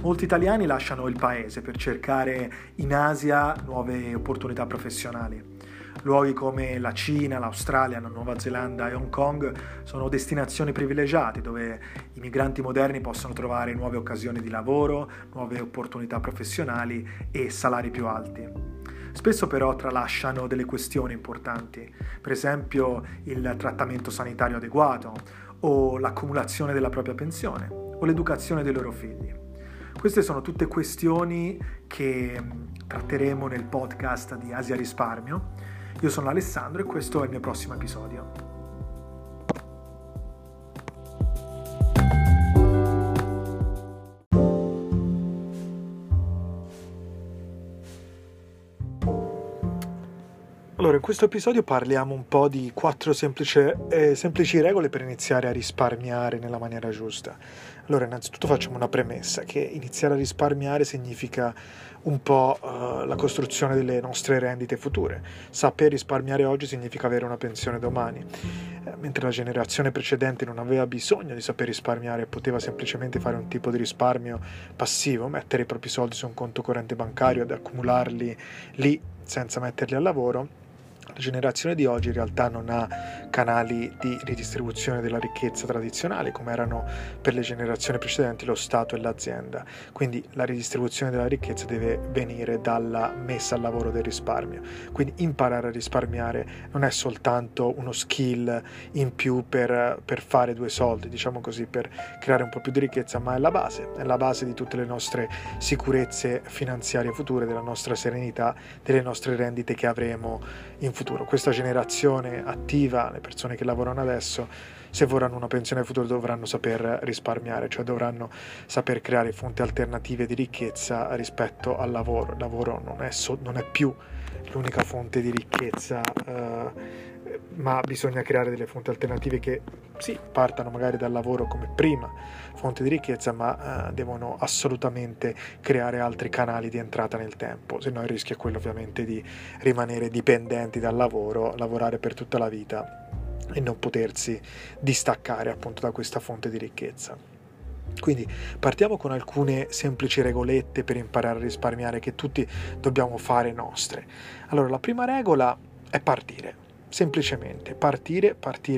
Molti italiani lasciano il paese per cercare in Asia nuove opportunità professionali. Luoghi come la Cina, l'Australia, la Nuova Zelanda e Hong Kong sono destinazioni privilegiate dove i migranti moderni possono trovare nuove occasioni di lavoro, nuove opportunità professionali e salari più alti. Spesso però tralasciano delle questioni importanti, per esempio il trattamento sanitario adeguato o l'accumulazione della propria pensione o l'educazione dei loro figli. Queste sono tutte questioni che tratteremo nel podcast di Asia Risparmio. Io sono Alessandro e questo è il mio prossimo episodio. Allora, in questo episodio parliamo un po' di 4 semplici regole per iniziare a risparmiare nella maniera giusta. Allora, innanzitutto facciamo una premessa, che iniziare a risparmiare significa un po' la costruzione delle nostre rendite future. Saper risparmiare oggi significa avere una pensione domani. Mentre la generazione precedente non aveva bisogno di saper risparmiare, poteva semplicemente fare un tipo di risparmio passivo, mettere i propri soldi su un conto corrente bancario ed accumularli lì senza metterli al lavoro. La generazione di oggi in realtà non ha canali di ridistribuzione della ricchezza tradizionali come erano per le generazioni precedenti lo Stato e l'azienda, quindi la ridistribuzione della ricchezza deve venire dalla messa al lavoro del risparmio. Quindi imparare a risparmiare non è soltanto uno skill in più per fare 2 soldi, diciamo così, per creare un po' più di ricchezza, ma è la base di tutte le nostre sicurezze finanziarie future, della nostra serenità, delle nostre rendite che avremo in futuro. Questa generazione attiva, le persone che lavorano adesso, se vorranno una pensione futura dovranno saper risparmiare, cioè dovranno saper creare fonti alternative di ricchezza rispetto al lavoro. Il lavoro non è più l'unica fonte di ricchezza, ma bisogna creare delle fonti alternative che sì, partano magari dal lavoro come prima fonte di ricchezza, ma devono assolutamente creare altri canali di entrata nel tempo, se no il rischio è quello ovviamente di rimanere dipendenti dal lavoro, lavorare per tutta la vita e non potersi distaccare appunto da questa fonte di ricchezza. Quindi partiamo con alcune semplici regolette per imparare a risparmiare che tutti dobbiamo fare nostre. Allora, la prima regola è partire. Semplicemente partire,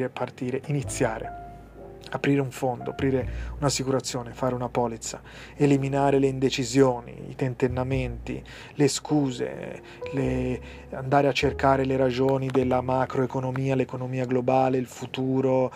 iniziare, aprire un fondo, aprire un'assicurazione, fare una polizza, eliminare le indecisioni, i tentennamenti, le scuse, andare a cercare le ragioni della macroeconomia, l'economia globale, il futuro,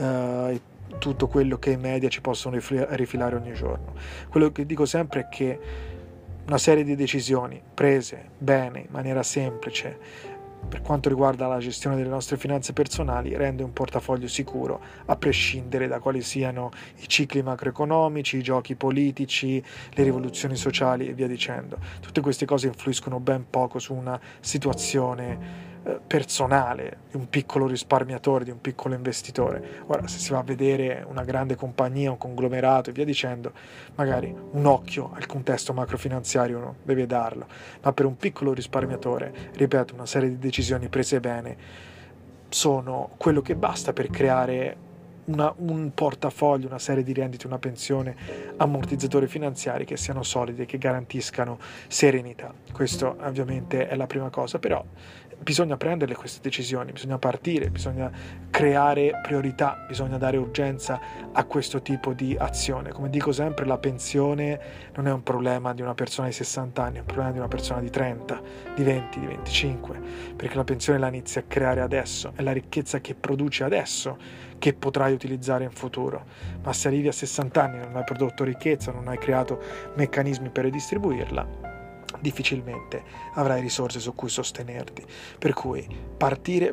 tutto quello che i media ci possono rifilare ogni giorno. Quello che dico sempre è che una serie di decisioni prese bene, in maniera semplice, per quanto riguarda la gestione delle nostre finanze personali, rende un portafoglio sicuro, a prescindere da quali siano i cicli macroeconomici, i giochi politici, le rivoluzioni sociali e via dicendo. Tutte queste cose influiscono ben poco su una situazione personale di un piccolo risparmiatore, di un piccolo investitore. Ora, se si va a vedere una grande compagnia, un conglomerato e via dicendo, magari un occhio al contesto macrofinanziario uno deve darlo, ma per un piccolo risparmiatore, ripeto, una serie di decisioni prese bene sono quello che basta per creare un portafoglio, una serie di rendite, una pensione, ammortizzatori finanziari che siano solidi e che garantiscano serenità. Questo ovviamente è la prima cosa, però bisogna prenderle queste decisioni, bisogna partire, bisogna creare priorità, bisogna dare urgenza a questo tipo di azione. Come dico sempre, la pensione non è un problema di una persona di 60 anni, è un problema di una persona di 30, di 20, di 25, perché la pensione la inizi a creare adesso, è la ricchezza che produci adesso che potrai utilizzare in futuro. Ma se arrivi a 60 anni e non hai prodotto ricchezza, non hai creato meccanismi per redistribuirla, difficilmente avrai risorse su cui sostenerti. Per cui partire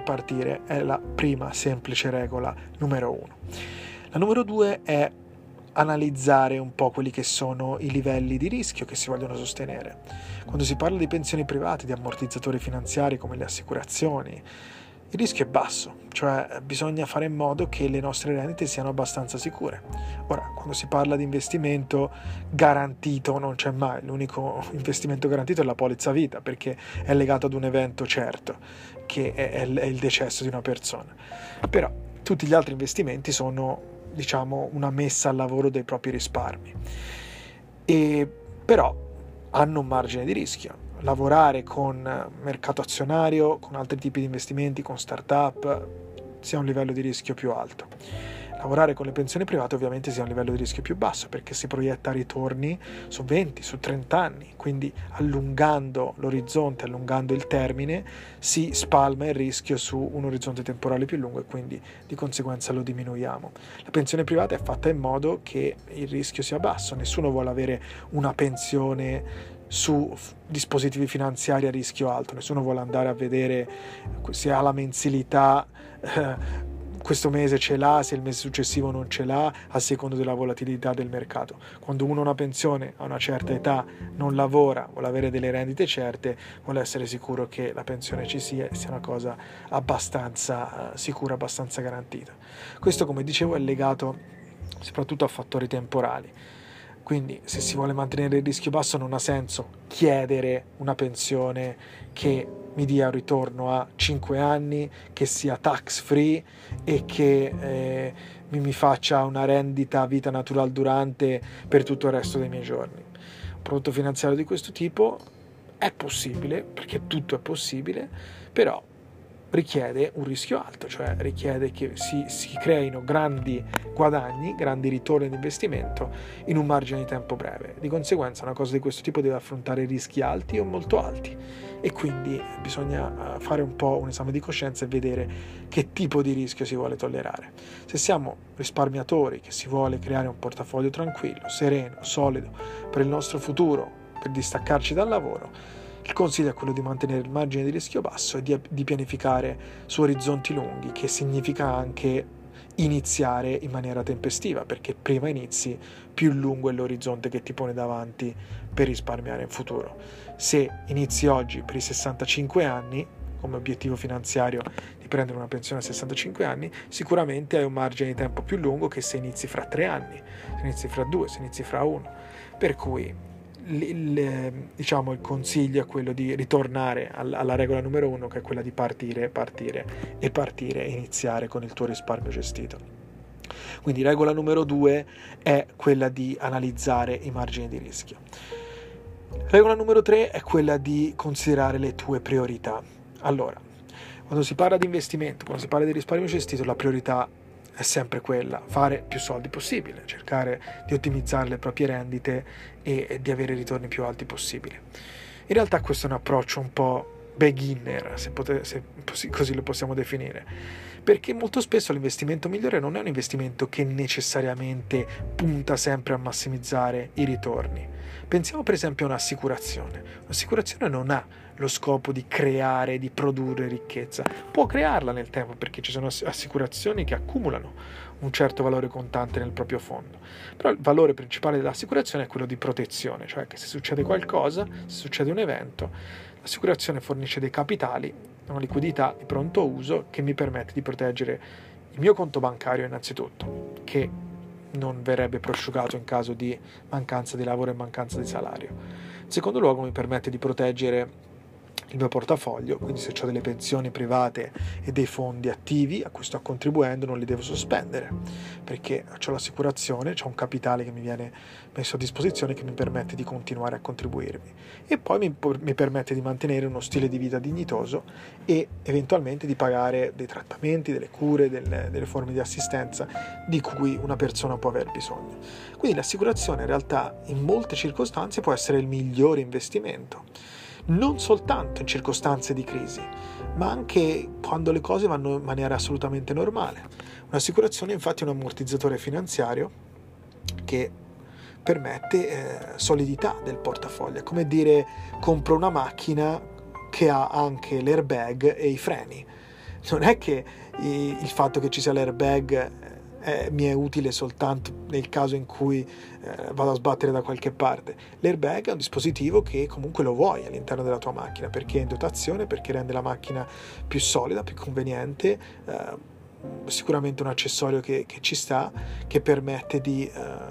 è la prima semplice regola numero 1. La numero 2 è analizzare un po' quelli che sono i livelli di rischio che si vogliono sostenere. Quando si parla di pensioni private, di ammortizzatori finanziari come le assicurazioni, il rischio è basso, cioè bisogna fare in modo che le nostre rendite siano abbastanza sicure. Ora, quando si parla di investimento garantito non c'è mai, l'unico investimento garantito è la polizza vita, perché è legato ad un evento certo, che è il decesso di una persona. Però tutti gli altri investimenti sono, diciamo, una messa al lavoro dei propri risparmi. e però hanno un margine di rischio. Lavorare con mercato azionario, con altri tipi di investimenti, con start-up, sia un livello di rischio più alto. Lavorare con le pensioni private ovviamente sia un livello di rischio più basso, perché si proietta ritorni su 20, su 30 anni, quindi allungando l'orizzonte, allungando il termine, si spalma il rischio su un orizzonte temporale più lungo e quindi di conseguenza lo diminuiamo. La pensione privata è fatta in modo che il rischio sia basso, nessuno vuole avere una pensione su dispositivi finanziari a rischio alto, nessuno vuole andare a vedere se ha la mensilità questo mese ce l'ha, se il mese successivo non ce l'ha, a seconda della volatilità del mercato. Quando uno ha una pensione a una certa età, non lavora, vuole avere delle rendite certe, vuole essere sicuro che la pensione ci sia e sia una cosa abbastanza sicura, abbastanza garantita. Questo, come dicevo, è legato soprattutto a fattori temporali. Quindi se si vuole mantenere il rischio basso non ha senso chiedere una pensione che mi dia un ritorno a 5 anni, che sia tax free e che mi faccia una rendita vita natural durante per tutto il resto dei miei giorni. Un prodotto finanziario di questo tipo è possibile, perché tutto è possibile, però richiede un rischio alto, cioè richiede che si creino grandi guadagni, grandi ritorni di investimento in un margine di tempo breve. Di conseguenza una cosa di questo tipo deve affrontare rischi alti o molto alti e quindi bisogna fare un po' un esame di coscienza e vedere che tipo di rischio si vuole tollerare. Se siamo risparmiatori che si vuole creare un portafoglio tranquillo, sereno, solido per il nostro futuro, per distaccarci dal lavoro, il consiglio è quello di mantenere il margine di rischio basso e di pianificare su orizzonti lunghi, che significa anche iniziare in maniera tempestiva, perché prima inizi più lungo è l'orizzonte che ti pone davanti per risparmiare in futuro. Se inizi oggi per i 65 anni, come obiettivo finanziario di prendere una pensione a 65 anni, sicuramente hai un margine di tempo più lungo che se inizi fra 3 anni, se inizi fra 2, se inizi fra 1. Per cui il consiglio è quello di ritornare alla regola numero 1, che è quella di partire e iniziare con il tuo risparmio gestito. Quindi regola numero 2 è quella di analizzare i margini di rischio. Regola numero 3 è quella di considerare le tue priorità. Allora, quando si parla di investimento, quando si parla di risparmio gestito, la priorità è sempre quella: fare più soldi possibile, cercare di ottimizzare le proprie rendite e di avere i ritorni più alti possibile. In realtà questo è un approccio un po' beginner, se così lo possiamo definire, perché molto spesso l'investimento migliore non è un investimento che necessariamente punta sempre a massimizzare i ritorni. Pensiamo per esempio a un'assicurazione. Un'assicurazione non ha lo scopo di creare, di produrre ricchezza. Può crearla nel tempo, perché ci sono assicurazioni che accumulano un certo valore contante nel proprio fondo. Però il valore principale dell'assicurazione è quello di protezione, cioè che se succede qualcosa, se succede un evento, l'assicurazione fornisce dei capitali, una liquidità di pronto uso che mi permette di proteggere il mio conto bancario innanzitutto, che non verrebbe prosciugato in caso di mancanza di lavoro e mancanza di salario. In secondo luogo mi permette di proteggere il mio portafoglio, quindi se ho delle pensioni private e dei fondi attivi a cui sto contribuendo non li devo sospendere, perché ho l'assicurazione, ho un capitale che mi viene messo a disposizione che mi permette di continuare a contribuirmi e poi mi permette di mantenere uno stile di vita dignitoso e eventualmente di pagare dei trattamenti, delle cure, delle forme di assistenza di cui una persona può aver bisogno. Quindi l'assicurazione in realtà in molte circostanze può essere il migliore investimento, non soltanto in circostanze di crisi, ma anche quando le cose vanno in maniera assolutamente normale. Un'assicurazione infatti è un ammortizzatore finanziario che permette solidità del portafoglio. È come dire: compro una macchina che ha anche l'airbag e i freni. Non è che il fatto che ci sia l'airbag mi è utile soltanto nel caso in cui vado a sbattere da qualche parte. L'airbag è un dispositivo che comunque lo vuoi all'interno della tua macchina, perché è in dotazione, perché rende la macchina più solida, più conveniente, sicuramente un accessorio che ci sta, che permette di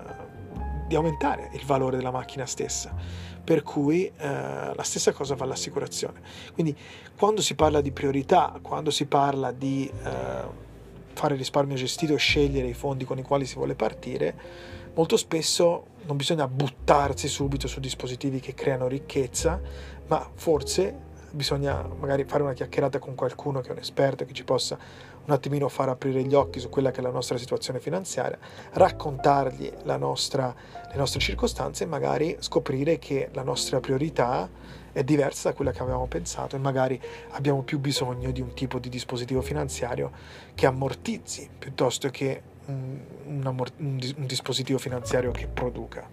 aumentare il valore della macchina stessa. Per cui la stessa cosa fa l'assicurazione. Quindi quando si parla di priorità, quando si parla di fare risparmio gestito e scegliere i fondi con i quali si vuole partire, molto spesso non bisogna buttarsi subito su dispositivi che creano ricchezza, ma forse bisogna magari fare una chiacchierata con qualcuno che è un esperto, che ci possa un attimino far aprire gli occhi su quella che è la nostra situazione finanziaria, raccontargli le nostre circostanze e magari scoprire che la nostra priorità è diversa da quella che avevamo pensato e magari abbiamo più bisogno di un tipo di dispositivo finanziario che ammortizzi piuttosto che un dispositivo finanziario che produca.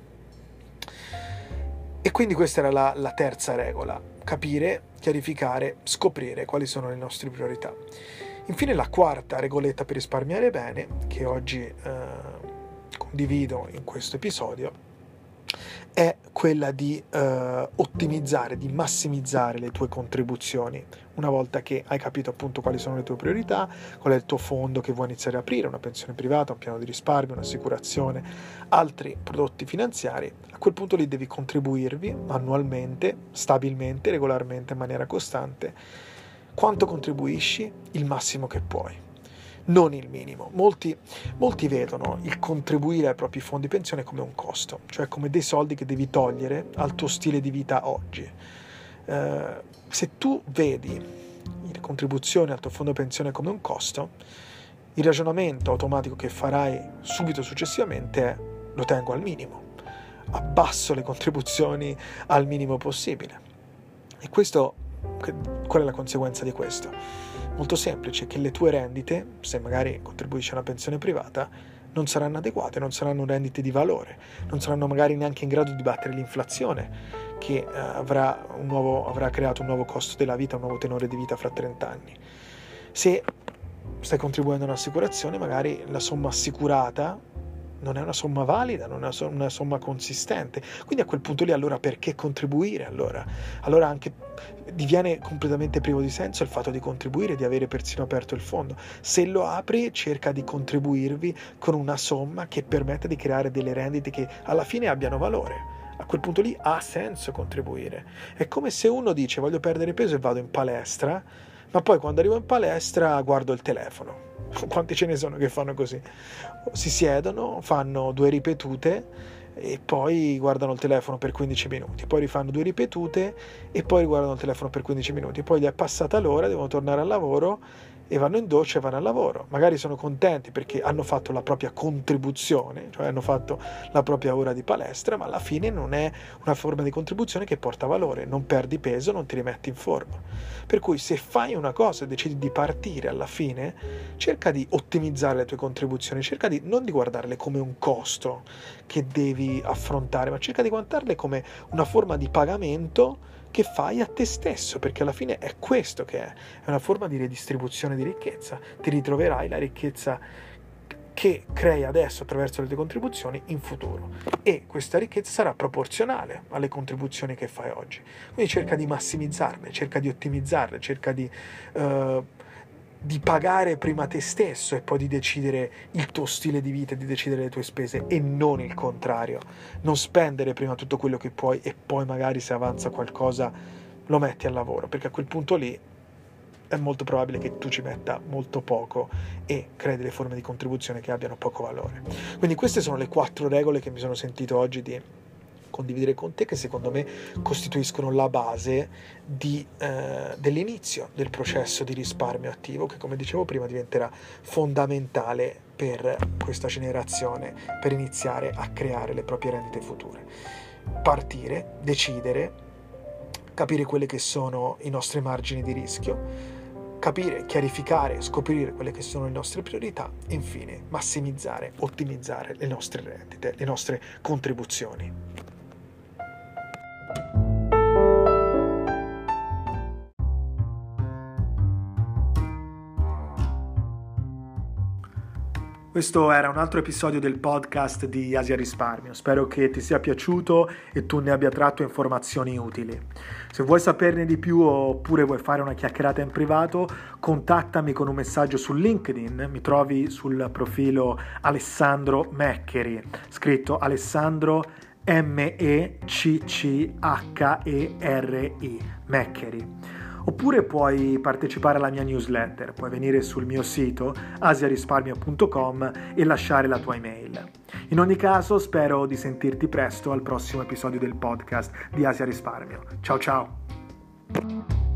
E quindi questa era la terza regola: capire, chiarificare, scoprire quali sono le nostre priorità. Infine la quarta regoletta per risparmiare bene, che oggi condivido in questo episodio, è quella di ottimizzare, di massimizzare le tue contribuzioni. Una volta che hai capito appunto quali sono le tue priorità, qual è il tuo fondo che vuoi iniziare a aprire, una pensione privata, un piano di risparmio, un'assicurazione, altri prodotti finanziari, a quel punto lì devi contribuirvi annualmente, stabilmente, regolarmente, in maniera costante. Quanto contribuisci? Il massimo che puoi, non il minimo. Molti vedono il contribuire ai propri fondi pensione come un costo, cioè come dei soldi che devi togliere al tuo stile di vita oggi. Se tu vedi le contribuzioni al tuo fondo pensione come un costo, il ragionamento automatico che farai subito successivamente è: lo tengo al minimo, abbasso le contribuzioni al minimo possibile. E questo, qual è la conseguenza di questo? Molto semplice: che le tue rendite, se magari contribuisci a una pensione privata, non saranno adeguate, non saranno rendite di valore, non saranno magari neanche in grado di battere l'inflazione che avrà creato un nuovo costo della vita, un nuovo tenore di vita fra 30 anni. Se stai contribuendo a un'assicurazione, magari la somma assicurata non è una somma valida, non è una somma consistente. Quindi a quel punto lì, allora perché contribuire? Allora anche diviene completamente privo di senso il fatto di contribuire, di avere persino aperto il fondo. Se lo apri, cerca di contribuirvi con una somma che permetta di creare delle rendite che alla fine abbiano valore. A quel punto lì ha senso contribuire. È come se uno dice: voglio perdere peso e vado in palestra, ma poi quando arrivo in palestra guardo il telefono. Quanti ce ne sono che fanno così? Si siedono, fanno 2 ripetute e poi guardano il telefono per 15 minuti, poi rifanno 2 ripetute e poi guardano il telefono per 15 minuti, poi gli è passata l'ora, devono tornare al lavoro e vanno in doccia e vanno al lavoro. Magari sono contenti perché hanno fatto la propria contribuzione, cioè hanno fatto la propria ora di palestra, ma alla fine non è una forma di contribuzione che porta valore, non perdi peso, non ti rimetti in forma. Per cui se fai una cosa e decidi di partire alla fine, cerca di ottimizzare le tue contribuzioni, cerca di non di guardarle come un costo che devi affrontare, ma cerca di guardarle come una forma di pagamento che fai a te stesso, perché alla fine è questo che è una forma di redistribuzione di ricchezza. Ti ritroverai la ricchezza che crei adesso attraverso le tue contribuzioni in futuro, e questa ricchezza sarà proporzionale alle contribuzioni che fai oggi. Quindi cerca di massimizzarle, cerca di ottimizzarle, cerca di pagare prima te stesso e poi di decidere il tuo stile di vita, di decidere le tue spese, e non il contrario. Non spendere prima tutto quello che puoi e poi magari se avanza qualcosa lo metti al lavoro, perché a quel punto lì è molto probabile che tu ci metta molto poco e crei delle forme di contribuzione che abbiano poco valore. Quindi queste sono le 4 regole che mi sono sentito oggi di condividere con te, che secondo me costituiscono la base dell'inizio del processo di risparmio attivo, che, come dicevo prima, diventerà fondamentale per questa generazione per iniziare a creare le proprie rendite future. Partire, decidere, capire quelli che sono i nostri margini di rischio, capire, chiarificare, scoprire quelle che sono le nostre priorità e infine massimizzare, ottimizzare le nostre rendite, le nostre contribuzioni. Questo era un altro episodio del podcast di Asia Risparmio. Spero che ti sia piaciuto e tu ne abbia tratto informazioni utili. Se vuoi saperne di più oppure vuoi fare una chiacchierata in privato, contattami con un messaggio su LinkedIn. Mi trovi sul profilo Alessandro Meccheri, scritto Alessandro Meccheri, Meccheri. Oppure puoi partecipare alla mia newsletter, puoi venire sul mio sito asiarisparmio.com e lasciare la tua email. In ogni caso spero di sentirti presto al prossimo episodio del podcast di Asia Risparmio. Ciao ciao!